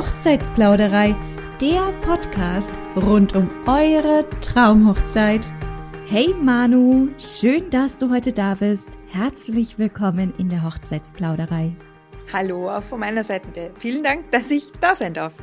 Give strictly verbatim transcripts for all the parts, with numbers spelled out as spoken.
Hochzeitsplauderei, der Podcast rund um eure Traumhochzeit. Hey Manu, schön, dass du heute da bist. Herzlich willkommen in der Hochzeitsplauderei. Hallo, auch von meiner Seite. Vielen Dank, dass ich da sein darf.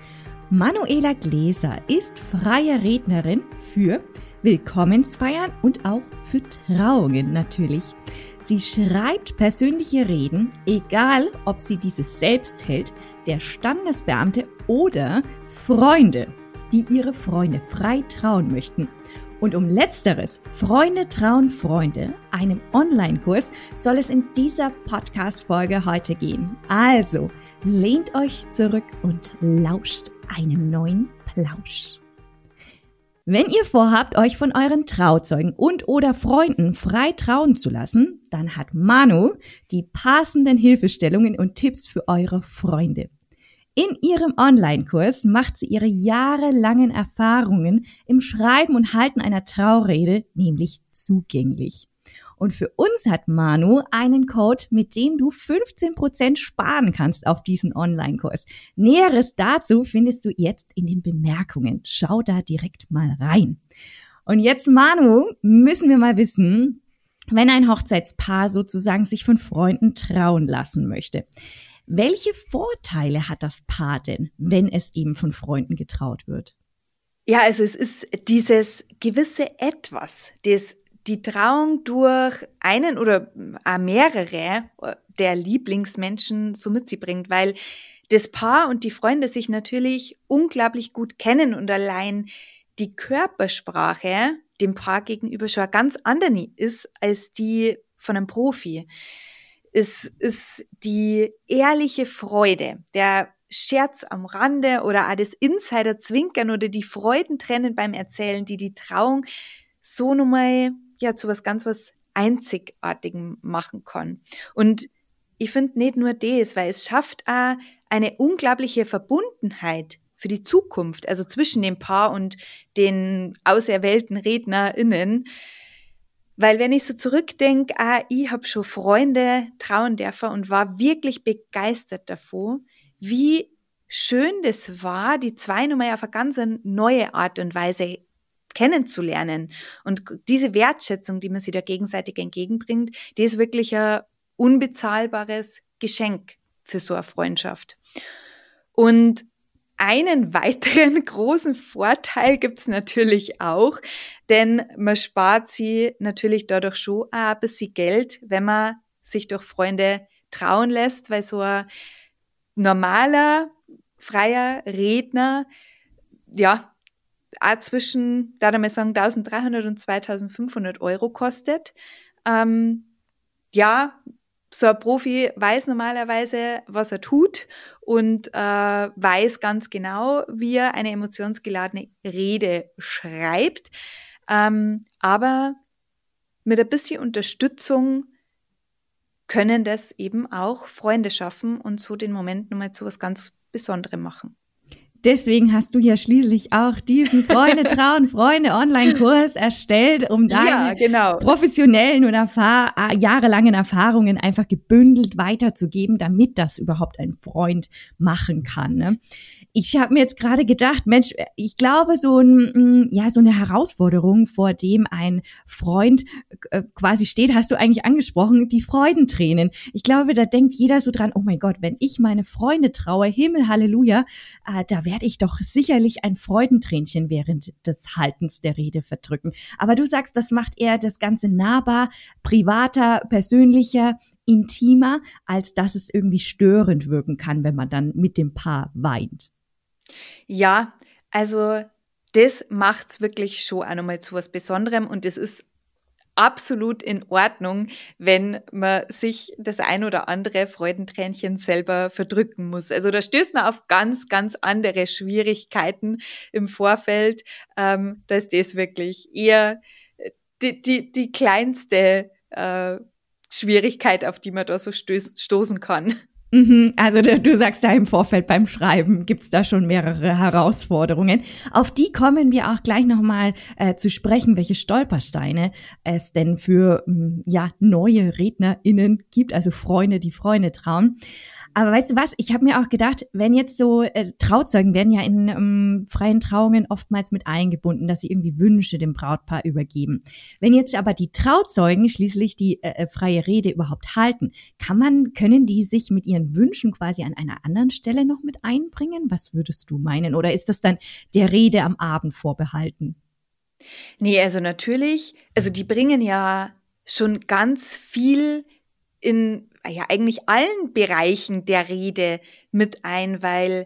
Manuela Gläser ist freie Rednerin für Willkommensfeiern und auch für Trauungen natürlich. Sie schreibt persönliche Reden, egal ob sie diese selbst hält, der Standesbeamte oder Freunde, die ihre Freunde frei trauen möchten. Und um letzteres, Freunde trauen Freunde, einem Online-Kurs, soll es in dieser Podcast-Folge heute gehen. Also, lehnt euch zurück und lauscht einem neuen Plausch. Wenn ihr vorhabt, euch von euren Trauzeugen und oder Freunden frei trauen zu lassen, dann hat Manu die passenden Hilfestellungen und Tipps für eure Freunde. In ihrem Online-Kurs macht sie ihre jahrelangen Erfahrungen im Schreiben und Halten einer Traurede nämlich zugänglich. Und für uns hat Manu einen Code, mit dem du fünfzehn Prozent sparen kannst auf diesen Online-Kurs. Näheres dazu findest du jetzt in den Bemerkungen. Schau da direkt mal rein. Und jetzt, Manu, müssen wir mal wissen, wenn ein Hochzeitspaar sozusagen sich von Freunden trauen lassen möchte. Welche Vorteile hat das Paar denn, wenn es eben von Freunden getraut wird? Ja, also es ist dieses gewisse Etwas, das die Trauung durch einen oder mehrere der Lieblingsmenschen so mit sich bringt, weil das Paar und die Freunde sich natürlich unglaublich gut kennen und allein die Körpersprache dem Paar gegenüber schon ganz andere ist als die von einem Profi. Es ist die ehrliche Freude, der Scherz am Rande oder auch das Insider-Zwinkern oder die Freudentränen beim Erzählen, die die Trauung so nochmal ja zu was ganz was Einzigartigem machen kann. Und ich finde nicht nur das, weil es schafft auch eine unglaubliche Verbundenheit für die Zukunft, also zwischen dem Paar und den auserwählten RednerInnen. Weil wenn ich so zurückdenke, ah, ich habe schon Freunde trauen dürfen und war wirklich begeistert davon, wie schön das war, die zwei nochmal auf eine ganz neue Art und Weise kennenzulernen. Und diese Wertschätzung, die man sich da gegenseitig entgegenbringt, die ist wirklich ein unbezahlbares Geschenk für so eine Freundschaft. Und einen weiteren großen Vorteil gibt's natürlich auch, denn man spart sich natürlich dadurch schon auch ein bisschen Geld, wenn man sich durch Freunde trauen lässt, weil so ein normaler, freier Redner, ja, auch zwischen, da mal sagen, eintausenddreihundert und zweitausendfünfhundert Euro kostet. Ähm, ja, so ein Profi weiß normalerweise, was er tut und äh, weiß ganz genau, wie er eine emotionsgeladene Rede schreibt. Ähm, aber mit ein bisschen Unterstützung können das eben auch Freunde schaffen und so den Moment nochmal zu was ganz Besonderem machen. Deswegen hast du ja schließlich auch diesen Freunde trauen Freunde Online-Kurs erstellt, um deine ja, genau. professionellen und erfahr- jahrelangen Erfahrungen einfach gebündelt weiterzugeben, damit das überhaupt ein Freund machen kann. Ne? Ich habe mir jetzt gerade gedacht, Mensch, ich glaube, so ein, ja, so eine Herausforderung, vor dem ein Freund äh, quasi steht, hast du eigentlich angesprochen, die Freudentränen. Ich glaube, da denkt jeder so dran, oh mein Gott, wenn ich meine Freunde traue, Himmel, Halleluja, äh, da werde ich doch sicherlich ein Freudentränchen während des Haltens der Rede verdrücken. Aber du sagst, das macht eher das Ganze nahbar, privater, persönlicher, intimer, als dass es irgendwie störend wirken kann, wenn man dann mit dem Paar weint. Ja, also das macht's wirklich schon auch nochmal zu was Besonderem und es ist absolut in Ordnung, wenn man sich das ein oder andere Freudentränchen selber verdrücken muss. Also da stößt man auf ganz, ganz andere Schwierigkeiten im Vorfeld. Ähm, da ist das wirklich eher die, die, die kleinste äh, Schwierigkeit, auf die man da so stöß, stoßen kann. Mhm, also du, du sagst da im Vorfeld beim Schreiben gibt's da schon mehrere Herausforderungen. Auf die kommen wir auch gleich nochmal äh, zu sprechen, welche Stolpersteine es denn für mh, ja neue RednerInnen gibt, also Freunde, die Freunde trauen. Aber weißt du was, ich habe mir auch gedacht, wenn jetzt so äh, Trauzeugen werden ja in ähm, freien Trauungen oftmals mit eingebunden, dass sie irgendwie Wünsche dem Brautpaar übergeben. Wenn jetzt aber die Trauzeugen schließlich die äh, freie Rede überhaupt halten, kann man, können die sich mit ihren Wünschen quasi an einer anderen Stelle noch mit einbringen? Was würdest du meinen? Oder ist das dann der Rede am Abend vorbehalten? Nee, also natürlich, also die bringen ja schon ganz viel in ja eigentlich allen Bereichen der Rede mit ein, weil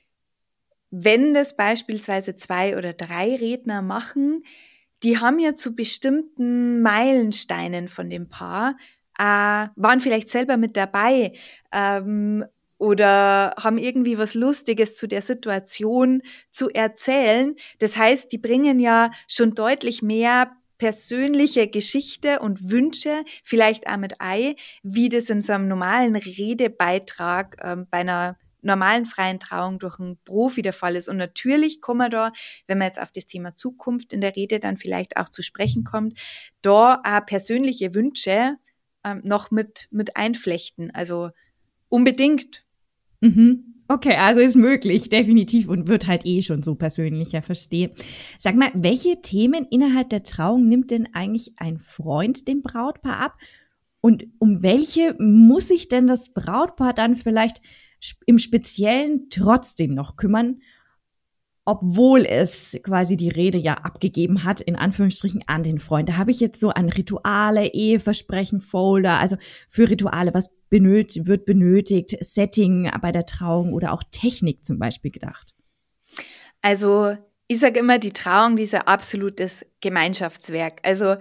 wenn das beispielsweise zwei oder drei Redner machen, die haben ja zu bestimmten Meilensteinen von dem Paar, äh, waren vielleicht selber mit dabei ähm, oder haben irgendwie was Lustiges zu der Situation zu erzählen. Das heißt, die bringen ja schon deutlich mehr persönliche Geschichte und Wünsche vielleicht auch mit ein, wie das in so einem normalen Redebeitrag ähm, bei einer normalen freien Trauung durch einen Profi der Fall ist. Und natürlich kann man da, wenn man jetzt auf das Thema Zukunft in der Rede dann vielleicht auch zu sprechen kommt, da auch persönliche Wünsche ähm, noch mit, mit einflechten. Also unbedingt. Mhm. Okay, also ist möglich, definitiv, und wird halt eh schon so persönlicher, verstehe. Sag mal, welche Themen innerhalb der Trauung nimmt denn eigentlich ein Freund dem Brautpaar ab? Und um welche muss sich denn das Brautpaar dann vielleicht im Speziellen trotzdem noch kümmern, obwohl es quasi die Rede ja abgegeben hat, in Anführungsstrichen, an den Freund? Da habe ich jetzt so an Rituale, Eheversprechen, Folder, also für Rituale, was benötigt, wird benötigt, Setting bei der Trauung oder auch Technik zum Beispiel gedacht. Also ich sage immer, die Trauung, die ist ein absolutes Gemeinschaftswerk. Also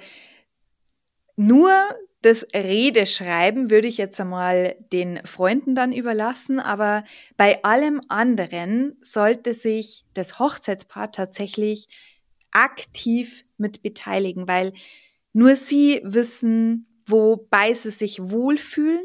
nur das Redeschreiben würde ich jetzt einmal den Freunden dann überlassen, aber bei allem anderen sollte sich das Hochzeitspaar tatsächlich aktiv mit beteiligen, weil nur sie wissen, wobei sie sich wohlfühlen,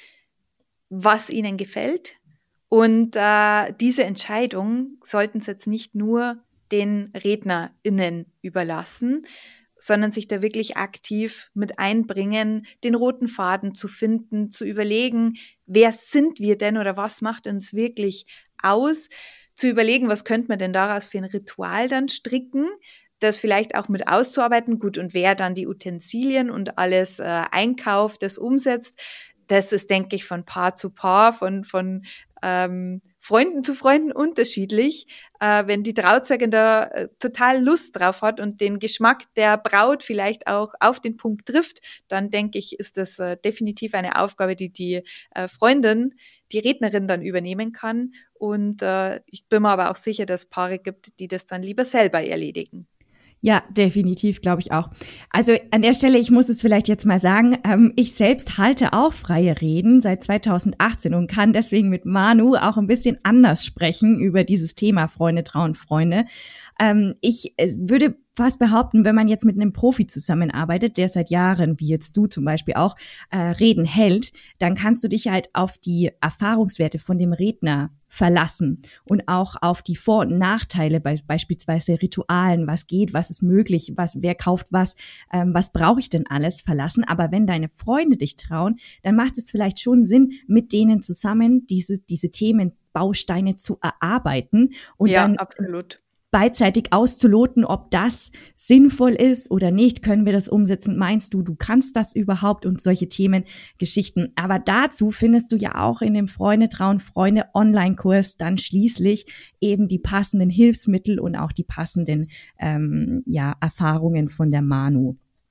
was ihnen gefällt. Und äh, diese Entscheidung sollten sie jetzt nicht nur den RednerInnen überlassen, sondern sich da wirklich aktiv mit einbringen, den roten Faden zu finden, zu überlegen, wer sind wir denn oder was macht uns wirklich aus, zu überlegen, was könnte man denn daraus für ein Ritual dann stricken, das vielleicht auch mit auszuarbeiten, gut, und wer dann die Utensilien und alles äh, einkauft, das umsetzt, das ist, denke ich, von Paar zu Paar, von, von ähm, Freunden zu Freunden unterschiedlich. Äh, wenn die Trauzeugin da äh, total Lust drauf hat und den Geschmack der Braut vielleicht auch auf den Punkt trifft, dann denke ich, ist das äh, definitiv eine Aufgabe, die die äh, Freundin, die Rednerin dann übernehmen kann. Und äh, ich bin mir aber auch sicher, dass es Paare gibt, die das dann lieber selber erledigen. Ja, definitiv, glaube ich auch. Also an der Stelle, ich muss es vielleicht jetzt mal sagen, ähm, ich selbst halte auch freie Reden seit zweitausendachtzehn und kann deswegen mit Manu auch ein bisschen anders sprechen über dieses Thema Freunde trauen Freunde. Ähm, ich äh, würde fast behaupten, wenn man jetzt mit einem Profi zusammenarbeitet, der seit Jahren, wie jetzt du zum Beispiel auch, äh, Reden hält, dann kannst du dich halt auf die Erfahrungswerte von dem Redner verlassen und auch auf die Vor- und Nachteile bei beispielsweise Ritualen, was geht, was ist möglich, was, wer kauft was, ähm, was brauche ich denn alles, verlassen. Aber wenn deine Freunde dich trauen, dann macht es vielleicht schon Sinn, mit denen zusammen diese, diese Themenbausteine zu erarbeiten und ja, dann absolut. beidseitig auszuloten, ob das sinnvoll ist oder nicht. Können wir das umsetzen? Meinst du, du kannst das überhaupt? Und solche Themen, Geschichten. Aber dazu findest du ja auch in dem Freunde trauen Freunde Online-Kurs dann schließlich eben die passenden Hilfsmittel und auch die passenden ähm, ja Erfahrungen von der Manu.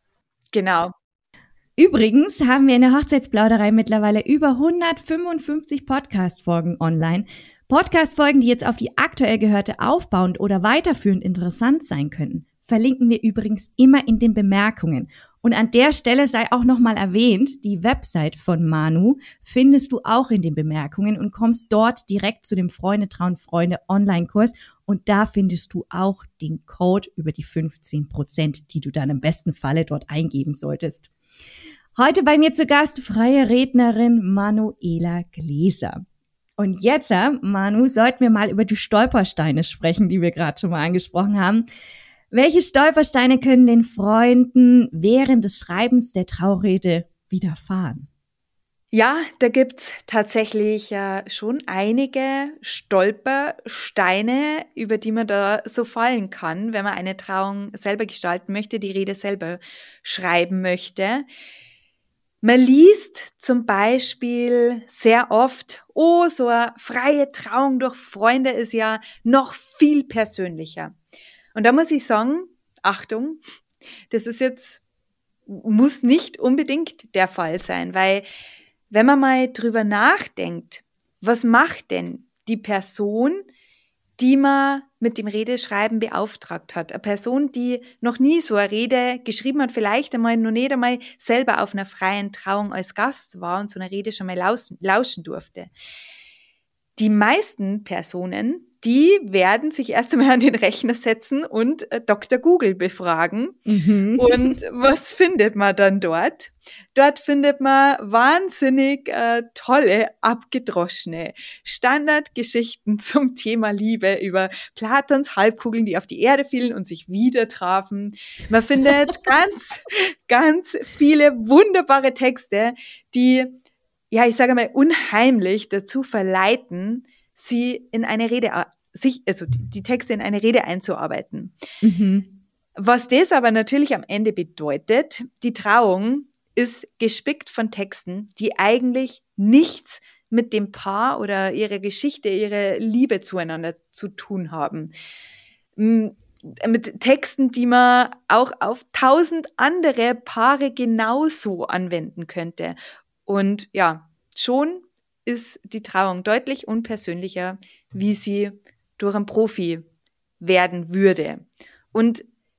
Genau. Übrigens haben wir in der Hochzeitsplauderei mittlerweile über hundertfünfundfünfzig Podcast-Folgen online. Podcast-Folgen, die jetzt auf die aktuell gehörte aufbauend oder weiterführend interessant sein könnten, verlinken wir übrigens immer in den Bemerkungen. Und an der Stelle sei auch nochmal erwähnt, die Website von Manu findest du auch in den Bemerkungen und kommst dort direkt zu dem Freunde trauen Freunde Online-Kurs. Und da findest du auch den Code über die fünfzehn Prozent, die du dann im besten Falle dort eingeben solltest. Heute bei mir zu Gast freie Rednerin Manuela Gläser. Und jetzt, Manu, sollten wir mal über die Stolpersteine sprechen, die wir gerade schon mal angesprochen haben. Welche Stolpersteine können den Freunden während des Schreibens der Traurede widerfahren? Ja, da gibt's tatsächlich äh, schon einige Stolpersteine, über die man da so fallen kann, wenn man eine Trauung selber gestalten möchte, die Rede selber schreiben möchte. Man liest zum Beispiel sehr oft, oh, so eine freie Trauung durch Freunde ist ja noch viel persönlicher. Und da muss ich sagen, Achtung, das ist jetzt, muss nicht unbedingt der Fall sein, weil wenn man mal drüber nachdenkt, was macht denn die Person, die man mit dem Redeschreiben beauftragt hat? Eine Person, die noch nie so eine Rede geschrieben hat, vielleicht einmal noch nicht einmal selber auf einer freien Trauung als Gast war und so eine Rede schon mal lauschen, lauschen durfte. Die meisten Personen, die werden sich erst einmal an den Rechner setzen und Doktor Google befragen. Mhm. Und was findet man dann dort? Dort findet man wahnsinnig äh, tolle, abgedroschene Standardgeschichten zum Thema Liebe über Platons Halbkugeln, die auf die Erde fielen und sich wieder trafen. Man findet ganz, ganz viele wunderbare Texte, die, ja, ich sage mal, unheimlich dazu verleiten, sie in eine Rede, sich, also die Texte in eine Rede einzuarbeiten. Mhm. Was das aber natürlich am Ende bedeutet, die Trauung ist gespickt von Texten, die eigentlich nichts mit dem Paar oder ihrer Geschichte, ihrer Liebe zueinander zu tun haben. Mit Texten, die man auch auf tausend andere Paare genauso anwenden könnte. Und ja, schon ist die Trauung deutlich unpersönlicher, wie sie durch einen Profi werden würde. Und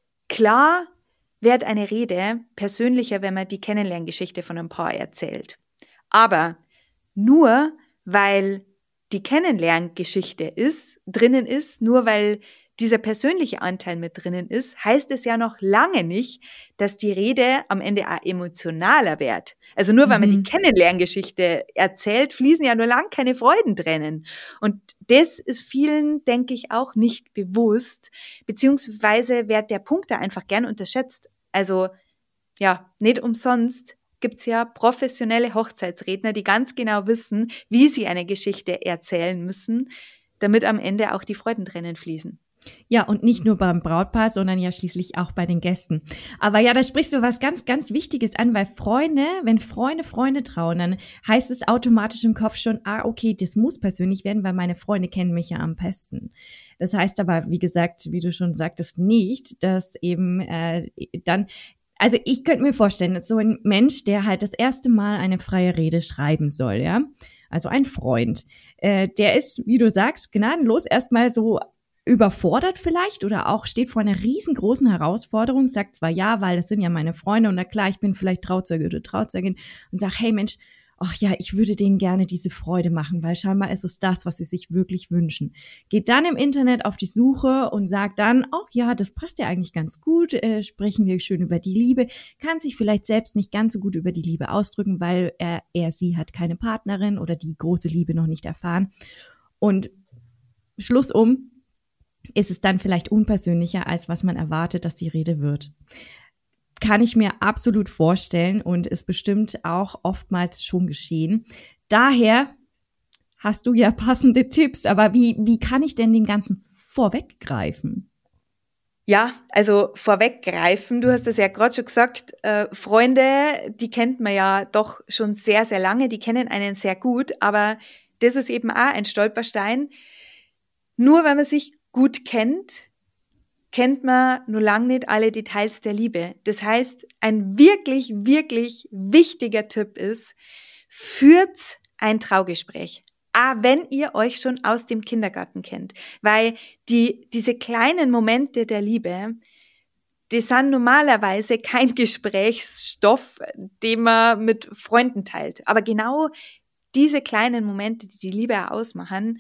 klar wird eine Rede persönlicher, wenn man die Kennenlerngeschichte von einem Paar erzählt. Aber nur, weil die Kennenlerngeschichte ist, drinnen ist, nur weil dieser persönliche Anteil mit drinnen ist, heißt es ja noch lange nicht, dass die Rede am Ende auch emotionaler wird. Also nur weil mhm. man die Kennenlerngeschichte erzählt, fließen ja nur lang keine Freudentränen. Und das ist vielen, denke ich, auch nicht bewusst, beziehungsweise wird der Punkt da einfach gern unterschätzt. Also ja, nicht umsonst gibt's ja professionelle Hochzeitsredner, die ganz genau wissen, wie sie eine Geschichte erzählen müssen, damit am Ende auch die Freudentränen fließen. Ja, und nicht nur beim Brautpaar, sondern ja schließlich auch bei den Gästen. Aber ja, da sprichst du was ganz, ganz Wichtiges an, weil Freunde, wenn Freunde Freunde trauen, dann heißt es automatisch im Kopf schon, ah, okay, das muss persönlich werden, weil meine Freunde kennen mich ja am besten. Das heißt aber, wie gesagt, wie du schon sagtest, nicht, dass eben äh, dann, also ich könnte mir vorstellen, so ein Mensch, der halt das erste Mal eine freie Rede schreiben soll, ja, also ein Freund, äh, der ist, wie du sagst, gnadenlos erstmal so überfordert vielleicht oder auch steht vor einer riesengroßen Herausforderung, sagt zwar ja, weil das sind ja meine Freunde und na klar, ich bin vielleicht Trauzeuge oder Trauzeugin und sag, hey Mensch, ach ja, ich würde denen gerne diese Freude machen, weil scheinbar ist es das, was sie sich wirklich wünschen. Geht dann im Internet auf die Suche und sagt dann, ach ja, das passt ja eigentlich ganz gut, äh, sprechen wir schön über die Liebe, kann sich vielleicht selbst nicht ganz so gut über die Liebe ausdrücken, weil er, er sie hat keine Partnerin oder die große Liebe noch nicht erfahren. Und schlussum ist es dann vielleicht unpersönlicher, als was man erwartet, dass die Rede wird. Kann ich mir absolut vorstellen und ist bestimmt auch oftmals schon geschehen. Daher hast du ja passende Tipps, aber wie, wie kann ich denn den Ganzen vorweggreifen? Ja, also vorweggreifen, du hast es ja gerade schon gesagt, äh, Freunde, die kennt man ja doch schon sehr, sehr lange, die kennen einen sehr gut, aber das ist eben auch ein Stolperstein. Nur wenn man sich gut kennt, kennt man nur lang nicht alle Details der Liebe. Das heißt, ein wirklich, wirklich wichtiger Tipp ist, führt ein Traugespräch. Ah, wenn ihr euch schon aus dem Kindergarten kennt. Weil die, diese kleinen Momente der Liebe, die sind normalerweise kein Gesprächsstoff, den man mit Freunden teilt. Aber genau diese kleinen Momente, die die Liebe ausmachen,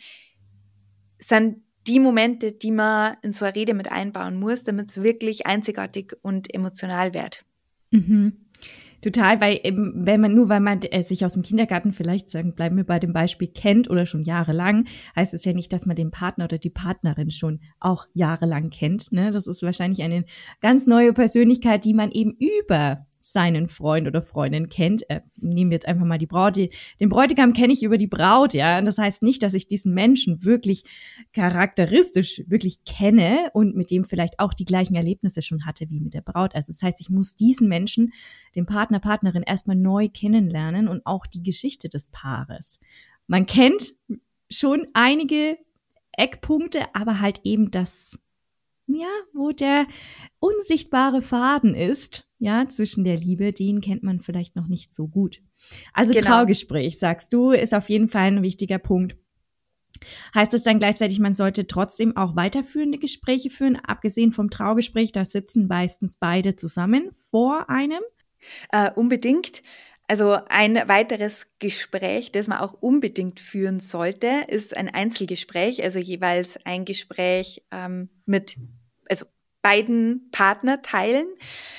sind die Momente, die man in so eine Rede mit einbauen muss, damit es wirklich einzigartig und emotional wird. Mhm. Total, weil eben, wenn man nur, weil man äh, sich aus dem Kindergarten vielleicht, sagen, bleiben wir bei dem Beispiel, kennt oder schon jahrelang, heißt es ja nicht, dass man den Partner oder die Partnerin schon auch jahrelang kennt. Ne? Das ist wahrscheinlich eine ganz neue Persönlichkeit, die man eben über seinen Freund oder Freundin kennt. Äh, nehmen wir jetzt einfach mal die Braut. Die, den Bräutigam kenne ich über die Braut, ja. Und das heißt nicht, dass ich diesen Menschen wirklich charakteristisch wirklich kenne und mit dem vielleicht auch die gleichen Erlebnisse schon hatte wie mit der Braut. Also das heißt, ich muss diesen Menschen, den Partner, Partnerin, erstmal neu kennenlernen und auch die Geschichte des Paares. Man kennt schon einige Eckpunkte, aber halt eben das, ja, wo der unsichtbare Faden ist, ja, zwischen der Liebe, den kennt man vielleicht noch nicht so gut. Also genau. Traugespräch, sagst du, ist auf jeden Fall ein wichtiger Punkt. Heißt es dann gleichzeitig, man sollte trotzdem auch weiterführende Gespräche führen, abgesehen vom Traugespräch, da sitzen meistens beide zusammen vor einem? Äh, unbedingt. Also ein weiteres Gespräch, das man auch unbedingt führen sollte, ist ein Einzelgespräch, also jeweils ein Gespräch ähm, mit also beiden Partnerteilen,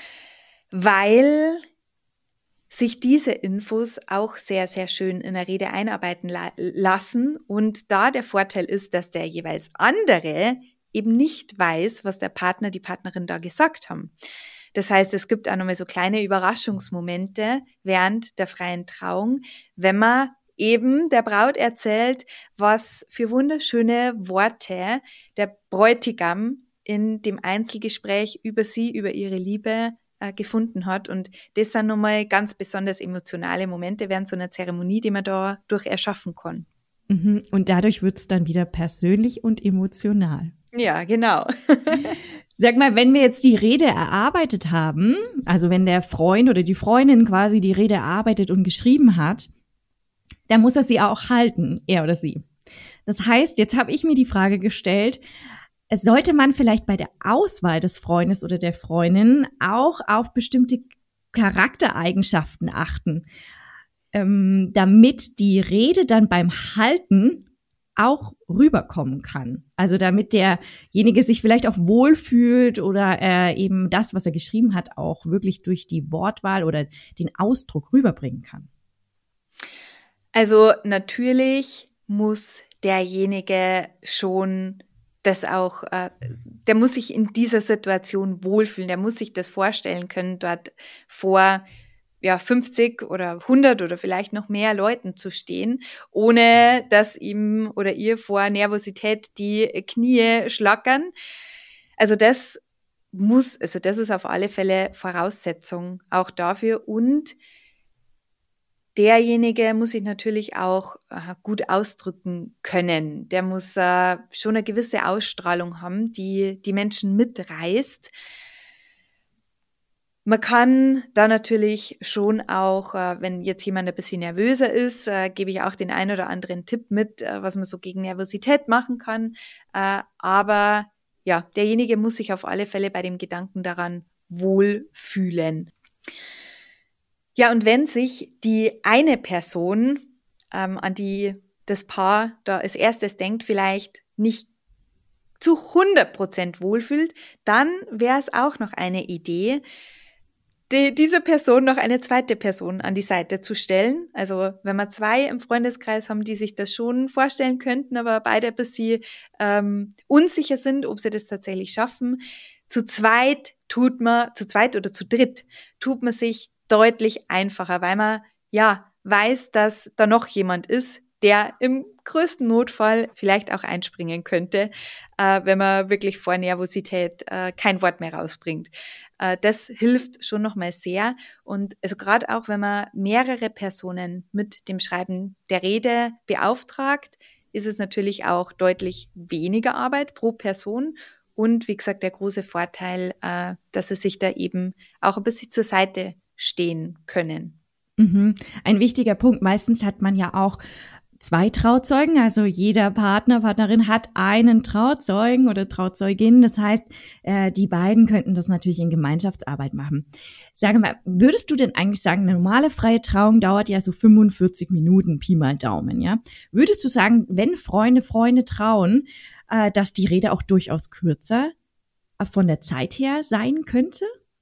weil sich diese Infos auch sehr, sehr schön in der Rede einarbeiten la- lassen. Und da der Vorteil ist, dass der jeweils andere eben nicht weiß, was der Partner, die Partnerin da gesagt haben. Das heißt, es gibt auch nochmal so kleine Überraschungsmomente während der freien Trauung, wenn man eben der Braut erzählt, was für wunderschöne Worte der Bräutigam in dem Einzelgespräch über sie, über ihre Liebe äh, gefunden hat. Und das sind nochmal ganz besonders emotionale Momente während so einer Zeremonie, die man da durch erschaffen kann. Und dadurch wird es dann wieder persönlich und emotional. Ja, genau. Sag mal, wenn wir jetzt die Rede erarbeitet haben, also wenn der Freund oder die Freundin quasi die Rede erarbeitet und geschrieben hat, dann muss er sie auch halten, er oder sie. Das heißt, jetzt habe ich mir die Frage gestellt, sollte man vielleicht bei der Auswahl des Freundes oder der Freundin auch auf bestimmte Charaktereigenschaften achten, ähm, damit die Rede dann beim Halten auch rüberkommen kann. Also damit derjenige sich vielleicht auch wohlfühlt oder äh, eben das, was er geschrieben hat, auch wirklich durch die Wortwahl oder den Ausdruck rüberbringen kann. Also natürlich muss derjenige schon das auch, äh, der muss sich in dieser Situation wohlfühlen, der muss sich das vorstellen können, dort vor ja, fünfzig oder hundert oder vielleicht noch mehr Leuten zu stehen, ohne dass ihm oder ihr vor Nervosität die Knie schlackern. Also das muss, also das ist auf alle Fälle Voraussetzung auch dafür. Und derjenige muss sich natürlich auch äh, gut ausdrücken können. Der muss äh, schon eine gewisse Ausstrahlung haben, die die Menschen mitreißt. Man kann da natürlich schon auch, äh, wenn jetzt jemand ein bisschen nervöser ist, äh, gebe ich auch den einen oder anderen Tipp mit, äh, was man so gegen Nervosität machen kann. Äh, aber ja, derjenige muss sich auf alle Fälle bei dem Gedanken daran wohlfühlen. Ja, und wenn sich die eine Person, ähm, an die das Paar da als erstes denkt, vielleicht nicht zu hundert Prozent wohlfühlt, dann wäre es auch noch eine Idee, die, diese Person noch eine zweite Person an die Seite zu stellen. Also wenn wir zwei im Freundeskreis haben, die sich das schon vorstellen könnten, aber beide ein bisschen ähm, unsicher sind, ob sie das tatsächlich schaffen. Zu zweit tut man, zu zweit oder zu dritt tut man sich deutlich einfacher, weil man ja weiß, dass da noch jemand ist, der im größten Notfall vielleicht auch einspringen könnte, äh, wenn man wirklich vor Nervosität äh, kein Wort mehr rausbringt. Äh, das hilft schon nochmal sehr. Und also gerade auch, wenn man mehrere Personen mit dem Schreiben der Rede beauftragt, ist es natürlich auch deutlich weniger Arbeit pro Person. Und wie gesagt, der große Vorteil, äh, dass es sich da eben auch ein bisschen zur Seite stehen können. Mhm. Ein wichtiger Punkt. Meistens hat man ja auch zwei Trauzeugen, also jeder Partner, Partnerin hat einen Trauzeugen oder Trauzeugin. Das heißt, äh, die beiden könnten das natürlich in Gemeinschaftsarbeit machen. Sag mal, würdest du denn eigentlich sagen, eine normale freie Trauung dauert ja so fünfundvierzig Minuten, Pi mal Daumen, ja? Würdest du sagen, wenn Freunde, Freunde trauen, äh, dass die Rede auch durchaus kürzer von der Zeit her sein könnte?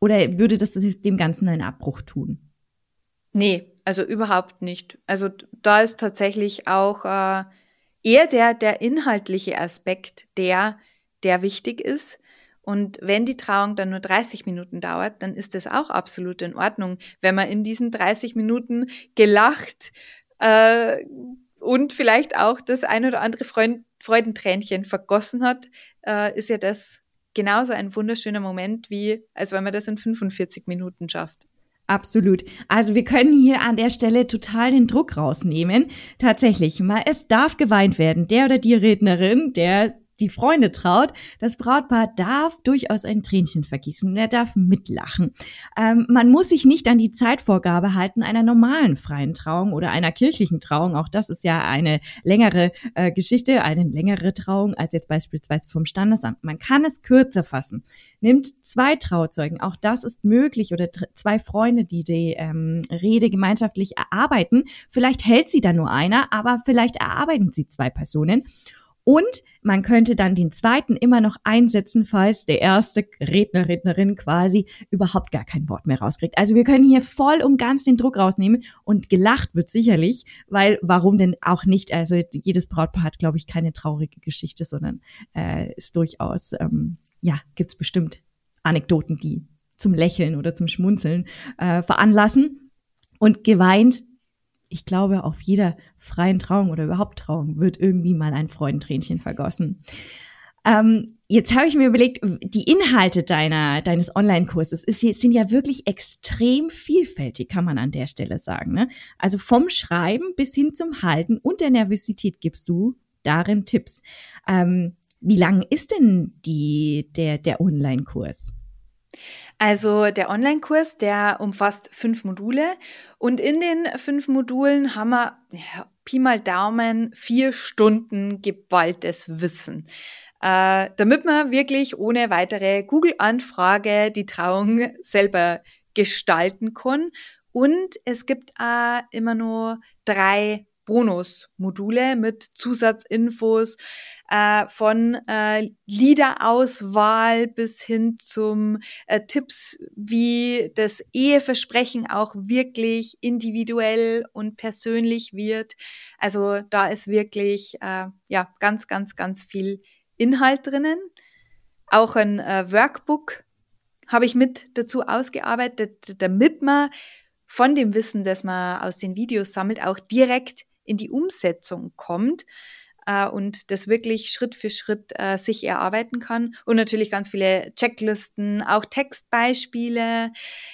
Oder würde das dem Ganzen einen Abbruch tun? Nee, also überhaupt nicht. Also da ist tatsächlich auch äh, eher der, der inhaltliche Aspekt, der, der wichtig ist. Und wenn die Trauung dann nur dreißig Minuten dauert, dann ist das auch absolut in Ordnung. Wenn man in diesen dreißig Minuten gelacht äh, und vielleicht auch das ein oder andere Freund, Freudentränchen vergossen hat, äh, ist ja das genauso ein wunderschöner Moment, wie als wenn man das in fünfundvierzig Minuten schafft. Absolut. Also wir können hier an der Stelle total den Druck rausnehmen. Tatsächlich, mal, es darf geweint werden. Der oder die Rednerin, der die Freunde traut, das Brautpaar darf durchaus ein Tränchen vergießen. Er darf mitlachen. Ähm, man muss sich nicht an die Zeitvorgabe halten einer normalen freien Trauung oder einer kirchlichen Trauung. Auch das ist ja eine längere äh, Geschichte, eine längere Trauung als jetzt beispielsweise vom Standesamt. Man kann es kürzer fassen. Nimmt zwei Trauzeugen, auch das ist möglich, oder t- zwei Freunde, die die ähm, Rede gemeinschaftlich erarbeiten. Vielleicht hält sie dann nur einer, aber vielleicht erarbeiten sie zwei Personen. Und man könnte dann den zweiten immer noch einsetzen, falls der erste Redner, Rednerin quasi überhaupt gar kein Wort mehr rauskriegt. Also wir können hier voll und ganz den Druck rausnehmen und gelacht wird sicherlich, weil warum denn auch nicht? Also jedes Brautpaar hat, glaube ich, keine traurige Geschichte, sondern äh, ist durchaus, ähm, ja, gibt's bestimmt Anekdoten, die zum Lächeln oder zum Schmunzeln äh, veranlassen. Und geweint, ich glaube, auf jeder freien Trauung oder überhaupt Trauung wird irgendwie mal ein Freudentränchen vergossen. Ähm, jetzt habe ich mir überlegt, die Inhalte deiner deines Online-Kurses ist, sind ja wirklich extrem vielfältig, kann man an der Stelle sagen. Ne? Also vom Schreiben bis hin zum Halten und der Nervosität gibst du darin Tipps. Ähm, wie lang ist denn die der der Online-Kurs? Also der Online-Kurs, der umfasst fünf Module und in den fünf Modulen haben wir, ja, Pi mal Daumen, vier Stunden geballtes Wissen, äh, damit man wirklich ohne weitere Google-Anfrage die Trauung selber gestalten kann. Und es gibt auch immer nur drei Bonusmodule mit Zusatzinfos äh, von äh, Liederauswahl bis hin zum äh, Tipps, wie das Eheversprechen auch wirklich individuell und persönlich wird. Also da ist wirklich äh, ja ganz, ganz, ganz viel Inhalt drinnen. Auch ein äh, Workbook habe ich mit dazu ausgearbeitet, damit man von dem Wissen, das man aus den Videos sammelt, auch direkt in die Umsetzung kommt äh, und das wirklich Schritt für Schritt äh, sich erarbeiten kann. Und natürlich ganz viele Checklisten, auch Textbeispiele,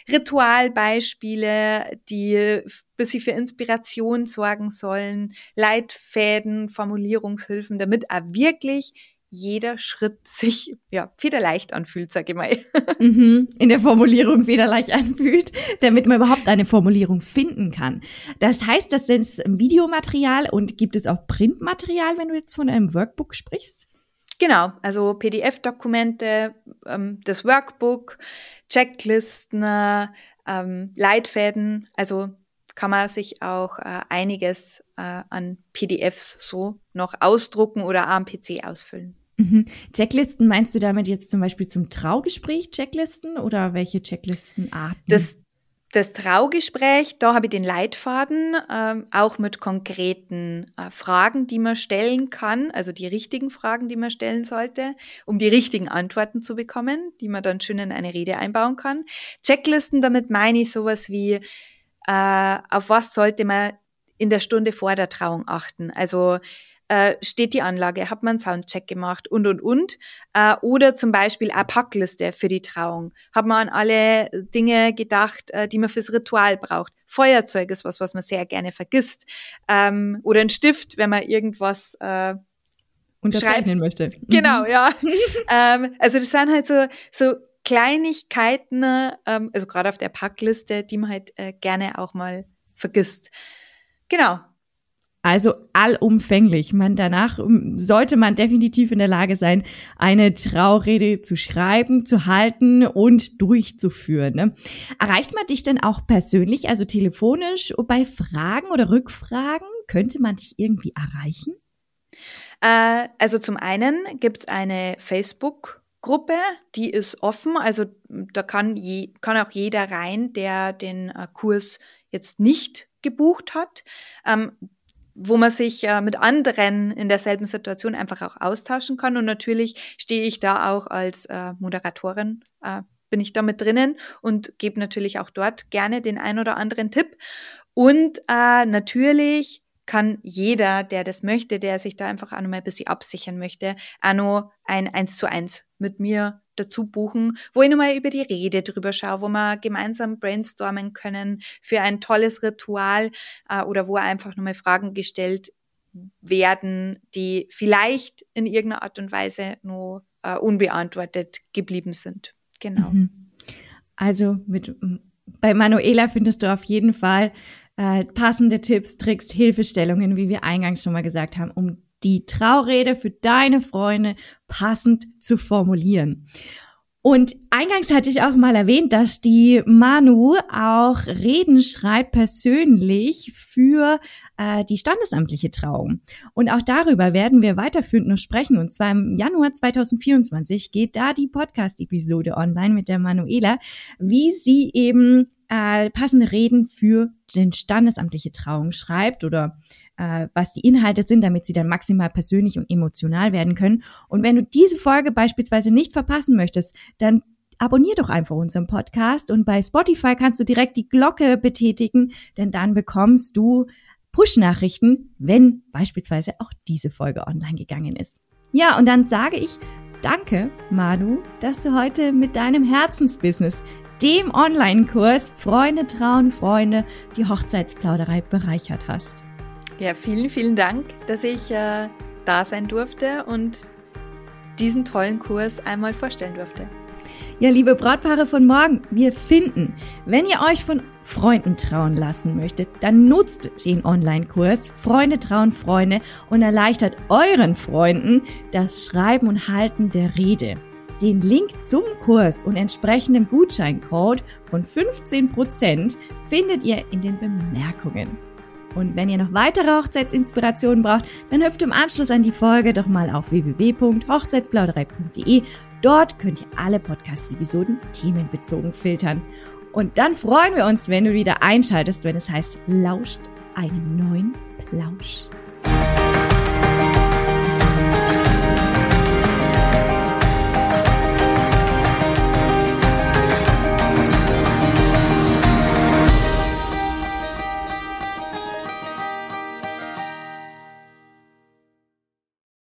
Ritualbeispiele, die ein bisschen für Inspiration sorgen sollen, Leitfäden, Formulierungshilfen, damit auch wirklich jeder Schritt sich ja federleicht anfühlt, sage ich mal. Mhm, in der Formulierung federleicht anfühlt, damit man überhaupt eine Formulierung finden kann. Das heißt, das ist Videomaterial und gibt es auch Printmaterial, wenn du jetzt von einem Workbook sprichst? Genau, also P D F-Dokumente, ähm, das Workbook, Checklisten, ähm, Leitfäden, also kann man sich auch äh, einiges äh, an P D Fs so noch ausdrucken oder am P C ausfüllen. Mhm. Checklisten, meinst du damit jetzt zum Beispiel zum Traugespräch Checklisten oder welche Checklistenarten? Das, das Traugespräch, da habe ich den Leitfaden, ähm, auch mit konkreten äh, Fragen, die man stellen kann, also die richtigen Fragen, die man stellen sollte, um die richtigen Antworten zu bekommen, die man dann schön in eine Rede einbauen kann. Checklisten, damit meine ich sowas wie, äh, auf was sollte man in der Stunde vor der Trauung achten. Also äh, steht die Anlage, hat man einen Soundcheck gemacht und, und, und. Äh, oder zum Beispiel eine Packliste für die Trauung. Hat man an alle Dinge gedacht, äh, die man fürs Ritual braucht. Feuerzeug ist was, was man sehr gerne vergisst. Ähm, oder ein Stift, wenn man irgendwas äh, unterzeichnen möchte. Mhm. Genau, ja. ähm, also das sind halt so, so Kleinigkeiten, ähm, also gerade auf der Packliste, die man halt äh, gerne auch mal vergisst. Genau. Also allumfänglich. Man, danach sollte man definitiv in der Lage sein, eine Traurede zu schreiben, zu halten und durchzuführen. Ne? Erreicht man dich denn auch persönlich, also telefonisch, bei Fragen oder Rückfragen? Könnte man dich irgendwie erreichen? Äh, also zum einen gibt's eine Facebook- Gruppe, die ist offen, also da kann, je, kann auch jeder rein, der den äh, Kurs jetzt nicht gebucht hat, ähm, wo man sich äh, mit anderen in derselben Situation einfach auch austauschen kann. Und natürlich stehe ich da auch als äh, Moderatorin, äh, bin ich da mit drinnen und gebe natürlich auch dort gerne den ein oder anderen Tipp. Und äh, natürlich kann jeder, der das möchte, der sich da einfach auch noch mal ein bisschen absichern möchte, auch noch ein eins zu eins mit mir dazu buchen, wo ich nochmal über die Rede drüber schaue, wo wir gemeinsam brainstormen können für ein tolles Ritual äh, oder wo einfach nochmal Fragen gestellt werden, die vielleicht in irgendeiner Art und Weise noch äh, unbeantwortet geblieben sind. Genau. Also mit, bei Manuela findest du auf jeden Fall äh, passende Tipps, Tricks, Hilfestellungen, wie wir eingangs schon mal gesagt haben, um die Traurede für deine Freunde passend zu formulieren. Und eingangs hatte ich auch mal erwähnt, dass die Manu auch Reden schreibt persönlich für äh, die standesamtliche Trauung. Und auch darüber werden wir weiterführend noch sprechen. Und zwar im Januar zwanzig vierundzwanzig geht da die Podcast-Episode online mit der Manuela, wie sie eben äh, passende Reden für den standesamtliche Trauung schreibt oder äh, was die Inhalte sind, damit sie dann maximal persönlich und emotional werden können. Und wenn du diese Folge beispielsweise nicht verpassen möchtest, dann abonnier doch einfach unseren Podcast und bei Spotify kannst du direkt die Glocke betätigen, denn dann bekommst du Push-Nachrichten, wenn beispielsweise auch diese Folge online gegangen ist. Ja, und dann sage ich danke, Manu, dass du heute mit deinem Herzensbusiness, dem Online-Kurs Freunde trauen Freunde, die Hochzeitsplauderei bereichert hast. Ja, vielen, vielen Dank, dass ich äh, da sein durfte und diesen tollen Kurs einmal vorstellen durfte. Ja, liebe Brautpaare von morgen, wir finden, wenn ihr euch von Freunden trauen lassen möchtet, dann nutzt den Online-Kurs Freunde trauen Freunde und erleichtert euren Freunden das Schreiben und Halten der Rede. Den Link zum Kurs und entsprechendem Gutscheincode von fünfzehn Prozent findet ihr in den Bemerkungen. Und wenn ihr noch weitere Hochzeitsinspirationen braucht, dann hüpft im Anschluss an die Folge doch mal auf w w w punkt hochzeitsplauderei punkt d e. Dort könnt ihr alle Podcast-Episoden themenbezogen filtern. Und dann freuen wir uns, wenn du wieder einschaltest, wenn es heißt, lauscht einen neuen Plausch.